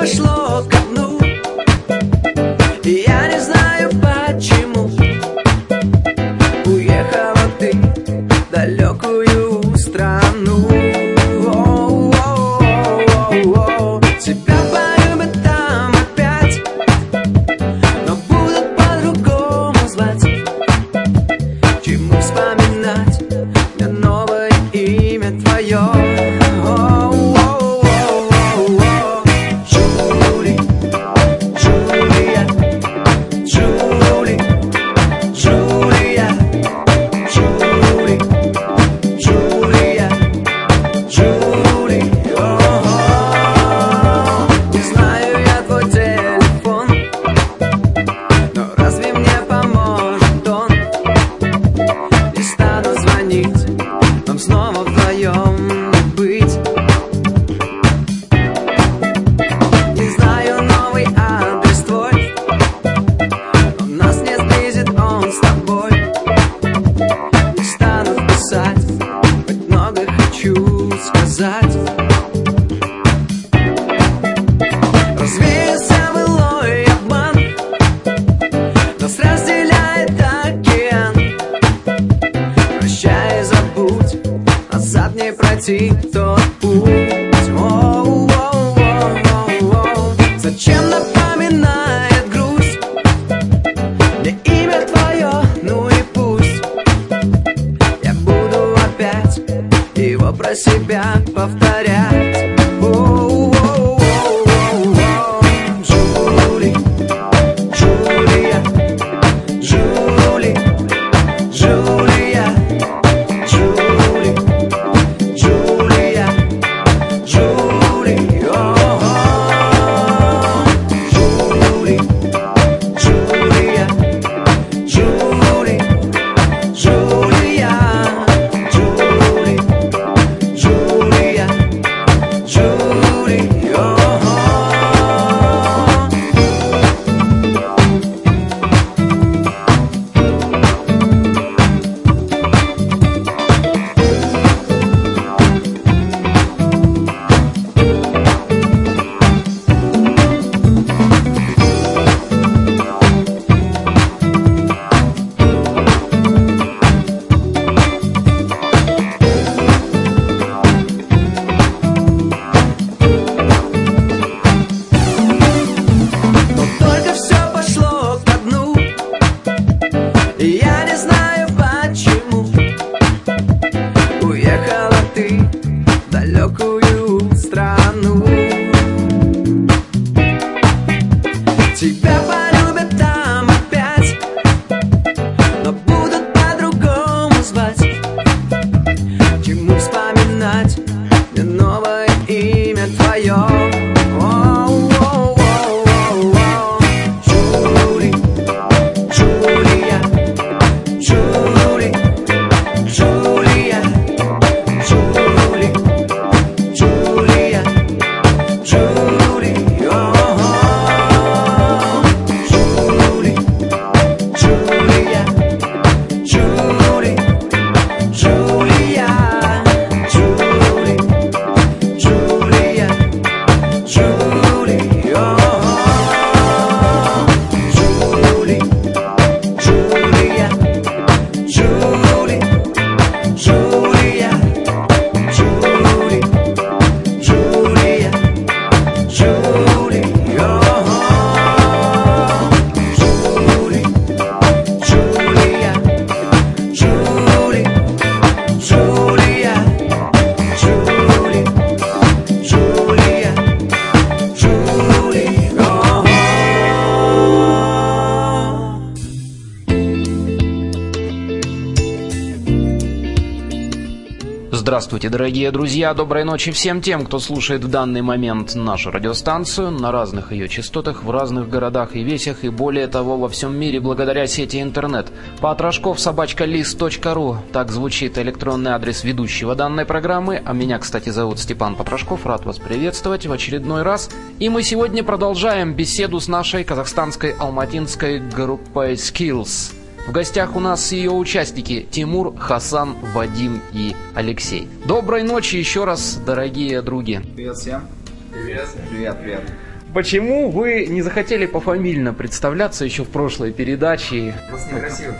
пошло ко дну, и я не знаю почему. Уехала ты в далекую страну. Тебя полюбят там опять, но будут по-другому звать. Чему вспоминать мне новое имя твое? Джули, Джулия, Джули, Джулия, Джули, Джулия, Джули. Не знаю я твой телефон, но разве мне поможет он? Не стану звонить, нам снова вдвоем быть. Не знаю новый адрес твой, но нас не сблизит он с тобой. Не стану писать, хоть много хочу сказать. Развеялся былой обман, нас разделяет океан. Прощай и забудь, назад не пройти тот путь. Зачем напоминает грусть мне имя твое, ну и пусть. Я буду опять его про себя повторять. Джули, Джулия, Джули, Джулия, Джули, Джулия, Джули. Джули, Джулия, Джули, Джулия, Джули, Джулия, Джули. Но только все пошло ко дну, и я не знаю почему. Уехала ты в далекую страну. Тебя полюбят там опять, но будут по-другому звать. Чему вспоминать мне новое имя твое? Джули, Джулия, Джули, Джулия, Джули, Джулия, Джули. Джули, Джулия, Джули, Джулия, Джули, Джулия, Джули. Джули, Джулия, Джули, Джулия, Джули, Джулия, Джули. Джули, Джулия, Джули, Джулия, Джули, Джулия, Джули. Здравствуйте, дорогие друзья, доброй ночи всем тем, кто слушает в данный момент нашу радиостанцию на разных ее частотах, в разных городах и весях, и более того, во всем мире благодаря сети интернет. Потрошков@list.ru, так звучит электронный адрес ведущего данной программы, а меня, кстати, зовут Степан Потрошков, рад вас приветствовать в очередной раз. И мы сегодня продолжаем беседу с нашей казахстанской алматинской группой Skills. В гостях у нас ее участники Тимур, Хасан, Вадим и Алексей. Доброй ночи еще раз, дорогие други. Привет всем. Привет. Привет, привет. Почему вы не захотели пофамильно представляться еще в прошлой передаче? Просто некрасиво,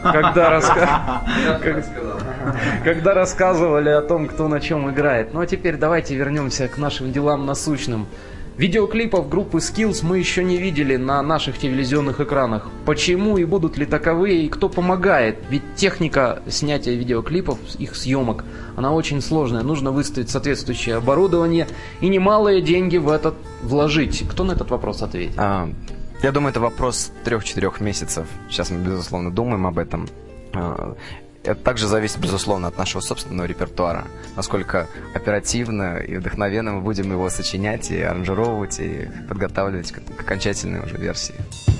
Когда рассказывали о том, кто на чем играет. Ну а теперь давайте вернемся к нашим делам насущным. Видеоклипов группы Skills мы еще не видели на наших телевизионных экранах. Почему и будут ли таковые, и кто помогает? Ведь техника снятия видеоклипов, их съемок, она очень сложная. Нужно выставить соответствующее оборудование и немалые деньги в это вложить. Кто на этот вопрос ответит? Я думаю, это вопрос 3-4 месяцев. Сейчас мы, безусловно, думаем об этом. Это также зависит, безусловно, от нашего собственного репертуара. Насколько оперативно и вдохновенно мы будем его сочинять и аранжировать, и подготавливать к окончательной уже версии.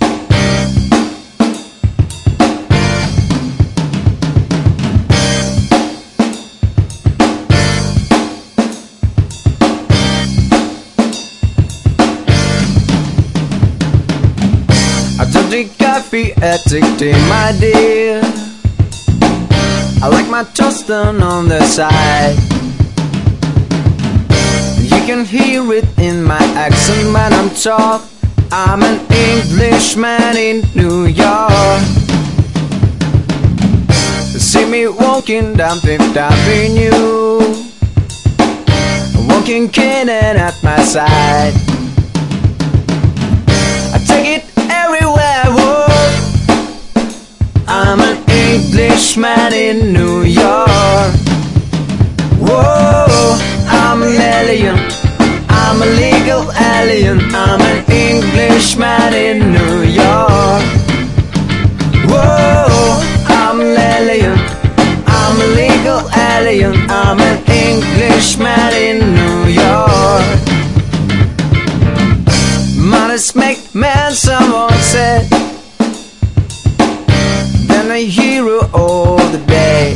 I don't drink coffee, I take tea, my dear. I like my toast done on the side. You can hear it in my accent when I'm talk. I'm an Englishman in New York. See me walking down Fifth Avenue, walking Canaan at my side. I take it everywhere I walk. I'm an Englishman in New York. Whoa, I'm an alien, I'm a legal alien. I'm an Englishman in New York. Whoa, I'm an alien, I'm a legal alien. I'm an Englishman in New York. Modest make man, someone said. Then a hero all the day.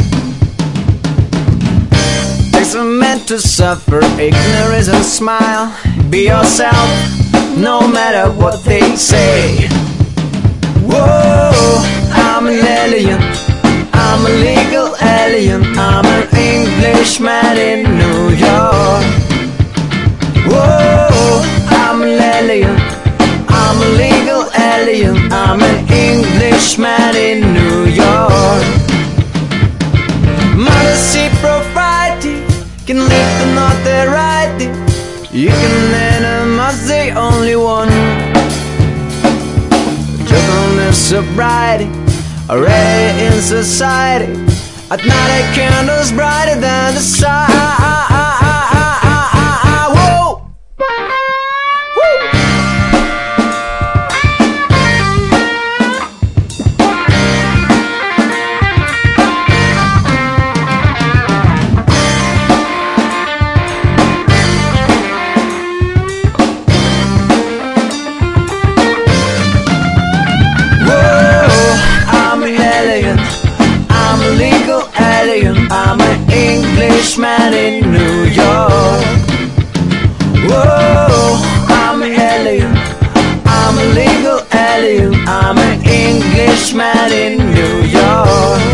Takes a man to suffer ignorance and smile. Be yourself, no matter what they say. Whoa, I'm an alien, I'm a legal alien. I'm an Englishman in New York. Whoa, I'm an alien, I'm a legal alien. I'm an Englishman in New York. Modesty, propriety can live the not the right. You can enemy the only one. Gentleness, sobriety, already in society. At night a candle's brighter than the sun. Whoa! I'm an Englishman in New York. Whoa, I'm an alien, I'm a legal alien. I'm an Englishman in New York.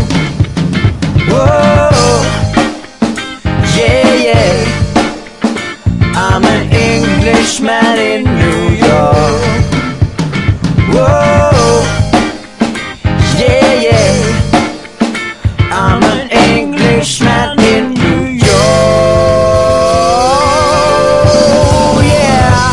Whoa, yeah, yeah. I'm an Englishman in New York. Whoa, yeah, yeah. I'm an Englishman in New York. Yeah.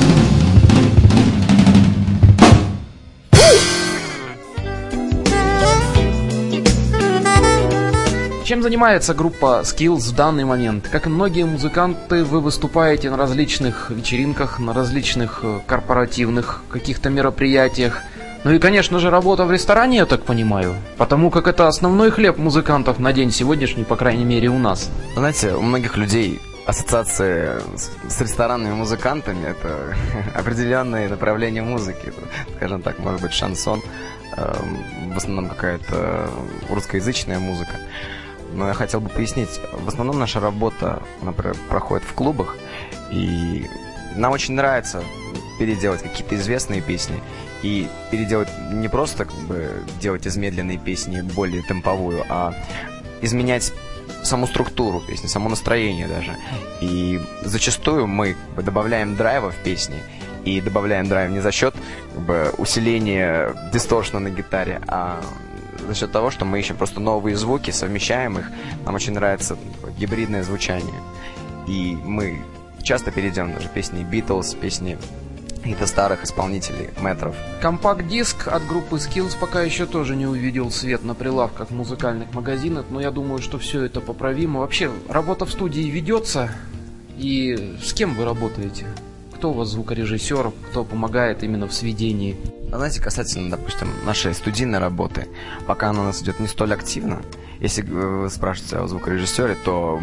Чем занимается группа Skills в данный момент? Как и многие музыканты, вы выступаете на различных вечеринках, на различных корпоративных каких-то мероприятиях. Ну и, конечно же, работа в ресторане, я так понимаю. Потому как это основной хлеб музыкантов на день сегодняшний, по крайней мере, у нас. Знаете, у многих людей ассоциация с ресторанными музыкантами — это определенные направления музыки. Скажем так, может быть, шансон, в основном какая-то русскоязычная музыка. Но я хотел бы пояснить, в основном наша работа, например, проходит в клубах, и нам очень нравится переделать какие-то известные песни и переделать не просто как бы делать из медленной песни более темповую, а изменять саму структуру песни, само настроение даже. И зачастую мы добавляем драйва в песни и добавляем драйв не за счет усиления дисторшна на гитаре, а за счет того, что мы ищем просто новые звуки, совмещаем их. Нам очень нравится гибридное звучание. И мы часто перейдем даже песни Beatles, песни каких-то старых исполнителей, мэтров. Компакт-диск от группы Skills пока еще тоже не увидел свет на прилавках в музыкальных магазинах, но я думаю, что все это поправимо. Вообще, работа в студии ведется, и с кем вы работаете? Кто у вас звукорежиссер, кто помогает именно в сведении? Знаете, касательно, допустим, нашей студийной работы, пока она у нас идет не столь активно, если вы спрашиваете о звукорежиссере, то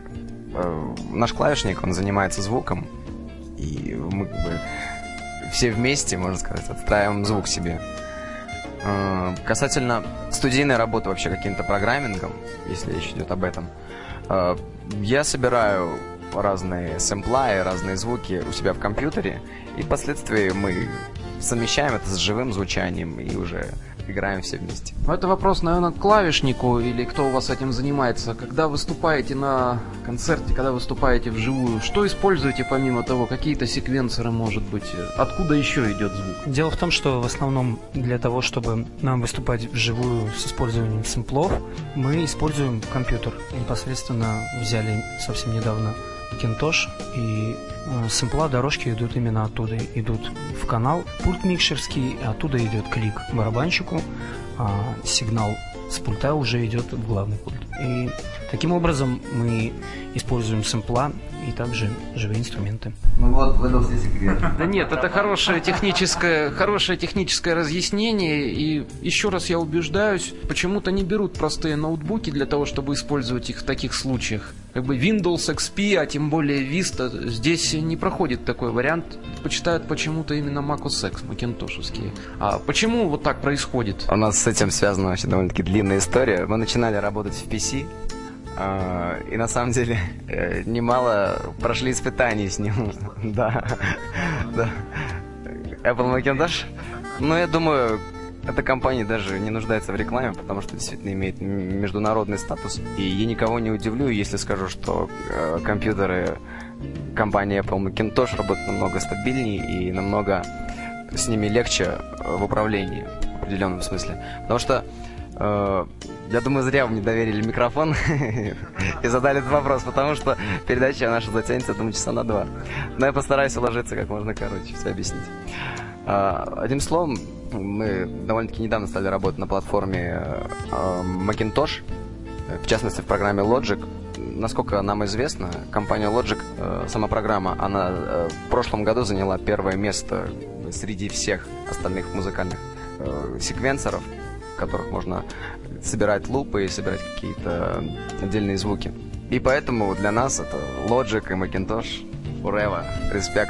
наш клавишник, он занимается звуком, и мы все вместе, можно сказать, отстраиваем звук себе. Касательно студийной работы вообще каким-то программингом, если речь идет об этом, я собираю разные сэмпла и разные звуки у себя в компьютере, и впоследствии мы совмещаем это с живым звучанием и уже играем все вместе. Это вопрос, наверное, к клавишнику или кто у вас этим занимается. Когда выступаете на концерте, когда выступаете вживую, что используете помимо того? Какие-то секвенсоры, может быть? Откуда еще идет звук? Дело в том, что в основном для того, чтобы нам выступать вживую с использованием сэмплов, мы используем компьютер. Непосредственно взяли совсем недавно Macintosh, и сэмпла, дорожки идут именно оттуда, идут в канал, пульт микшерский, оттуда идет клик барабанщику, а сигнал с пульта уже идет в главный пульт. И таким образом мы используем сэмпла и также живые инструменты. Ну вот, выдался секрет. Да нет, это хорошее техническое разъяснение, и еще раз я убеждаюсь, почему-то не берут простые ноутбуки для того, чтобы использовать их в таких случаях. Как бы Windows XP, а тем более Vista, здесь не проходит такой вариант. Почитают почему-то именно Mac OS X, макинтошевские. А почему вот так происходит? У нас с этим связана вообще довольно-таки длинная история. Мы начинали работать в PC, и на самом деле немало прошли испытаний с ним. Да. Apple Macintosh. Но я думаю, эта компания даже не нуждается в рекламе, потому что действительно имеет международный статус. И я никого не удивлю, если скажу, что компьютеры компании Apple Macintosh работают намного стабильнее и намного с ними легче в управлении в определенном смысле. Потому что я думаю, зря вы мне доверили микрофон и задали этот вопрос, потому что передача наша затянется, думаю, часа на 2. Но я постараюсь уложиться как можно короче, все объяснить. Одним словом, мы довольно-таки недавно стали работать на платформе Macintosh, в частности в программе Logic. Насколько нам известно, компания Logic, сама программа, она в прошлом году заняла первое место среди всех остальных музыкальных секвенсоров, в которых можно собирать лупы и собирать какие-то отдельные звуки. И поэтому для нас это Logic и Macintosh forever. Респект.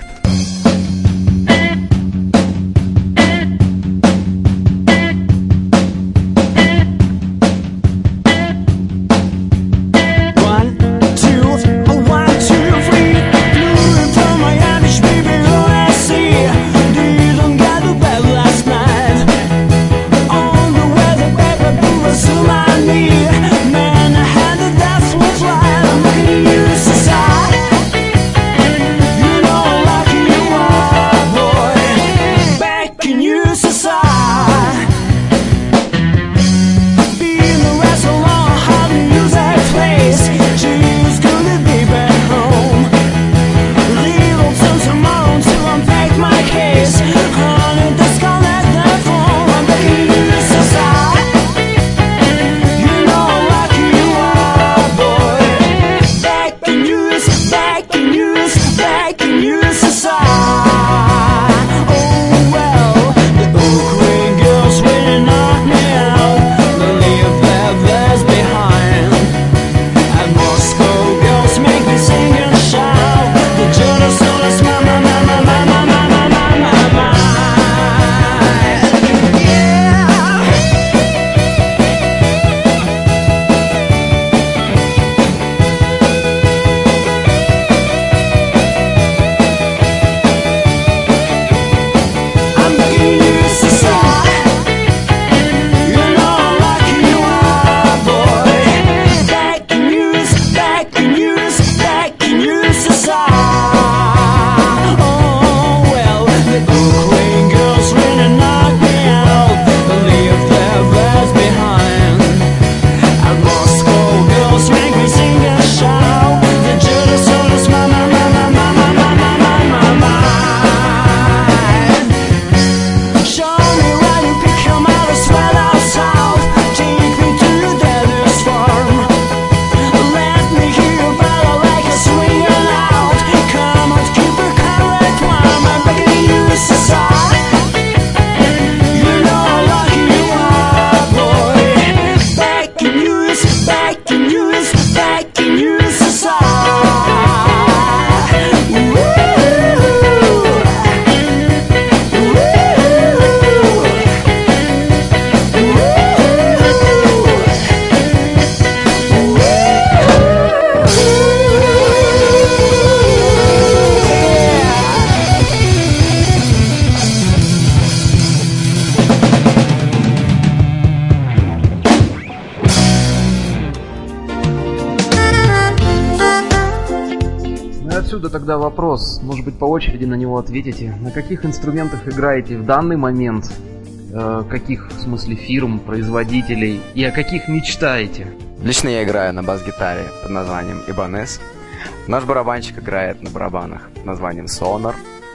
тогда вопрос, может быть, по очереди на него ответите. На каких инструментах играете в данный момент? Каких, в смысле, фирм, производителей? И о каких мечтаете? Лично я играю на бас-гитаре под названием Ibanez. Наш барабанщик играет на барабанах под названием Sonar.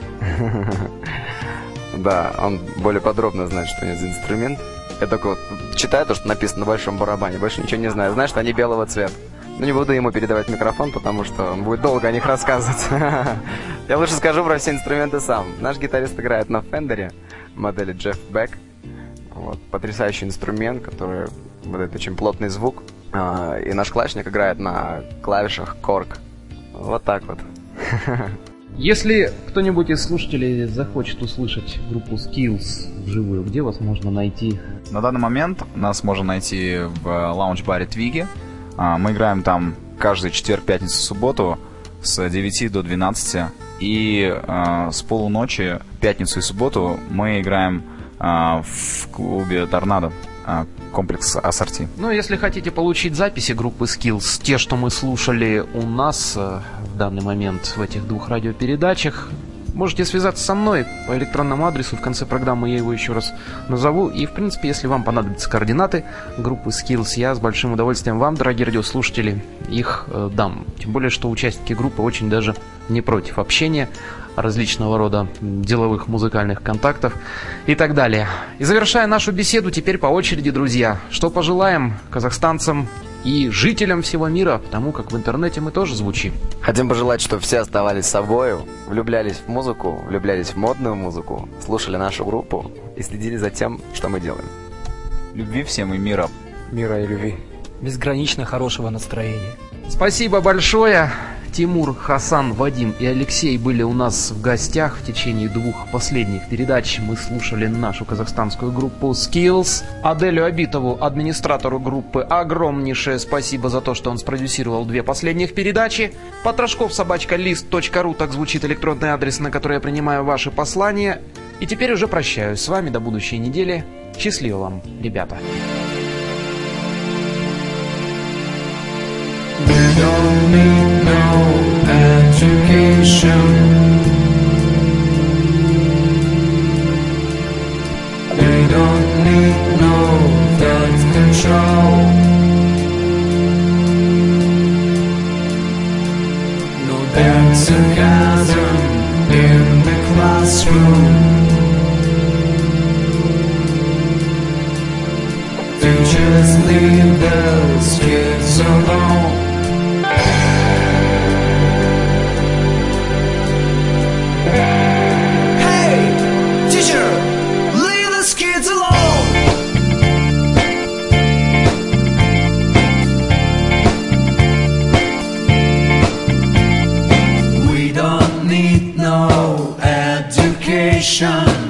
Да, он более подробно знает, что это за инструмент. Я только вот читаю то, что написано на большом барабане, больше ничего не знаю. Знаю, что они белого цвета. Но не буду ему передавать микрофон, потому что он будет долго о них рассказывать. Я лучше скажу про все инструменты сам. Наш гитарист играет на Фендере модели Jeff Beck. Вот, потрясающий инструмент, который выдает очень плотный звук. И наш клавишник играет на клавишах Korg. Вот так вот. Если кто-нибудь из слушателей захочет услышать группу Skills вживую, где вас можно найти? На данный момент нас можно найти в лаунж-баре Твиги. Мы играем там каждый четверг, пятницу, субботу с 9 до 12. И с полуночи, пятницу и субботу мы играем в клубе Торнадо, комплекс Ассорти. Ну, если хотите получить записи группы Skills, те, что мы слушали у нас в данный момент в этих двух радиопередачах, можете связаться со мной по электронному адресу. В конце программы я его еще раз назову. И, в принципе, если вам понадобятся координаты группы Skills, я с большим удовольствием вам, дорогие радиослушатели, их дам. Тем более, что участники группы очень даже не против общения, различного рода деловых музыкальных контактов и так далее. И завершая нашу беседу, теперь по очереди, друзья, что пожелаем казахстанцам и жителям всего мира, потому как в интернете мы тоже звучим. Хотим пожелать, чтобы все оставались собой, влюблялись в музыку, влюблялись в модную музыку, слушали нашу группу и следили за тем, что мы делаем. Любви всем и мира. Мира и любви. Безгранично хорошего настроения. Спасибо большое. Тимур, Хасан, Вадим и Алексей были у нас в гостях в течение двух последних передач. Мы слушали нашу казахстанскую группу Skills. Аделю Абитову, администратору группы, огромнейшее спасибо за то, что он спродюсировал две последних передачи. Потрошков@list.ru, так звучит электронный адрес, на который я принимаю ваши послания. И теперь уже прощаюсь с вами до будущей недели. Счастливо вам, ребята. We don't need no education. We don't need no thought control. No bad sarcasm in the classroom. Teachers leave those kids alone. We don't need no education.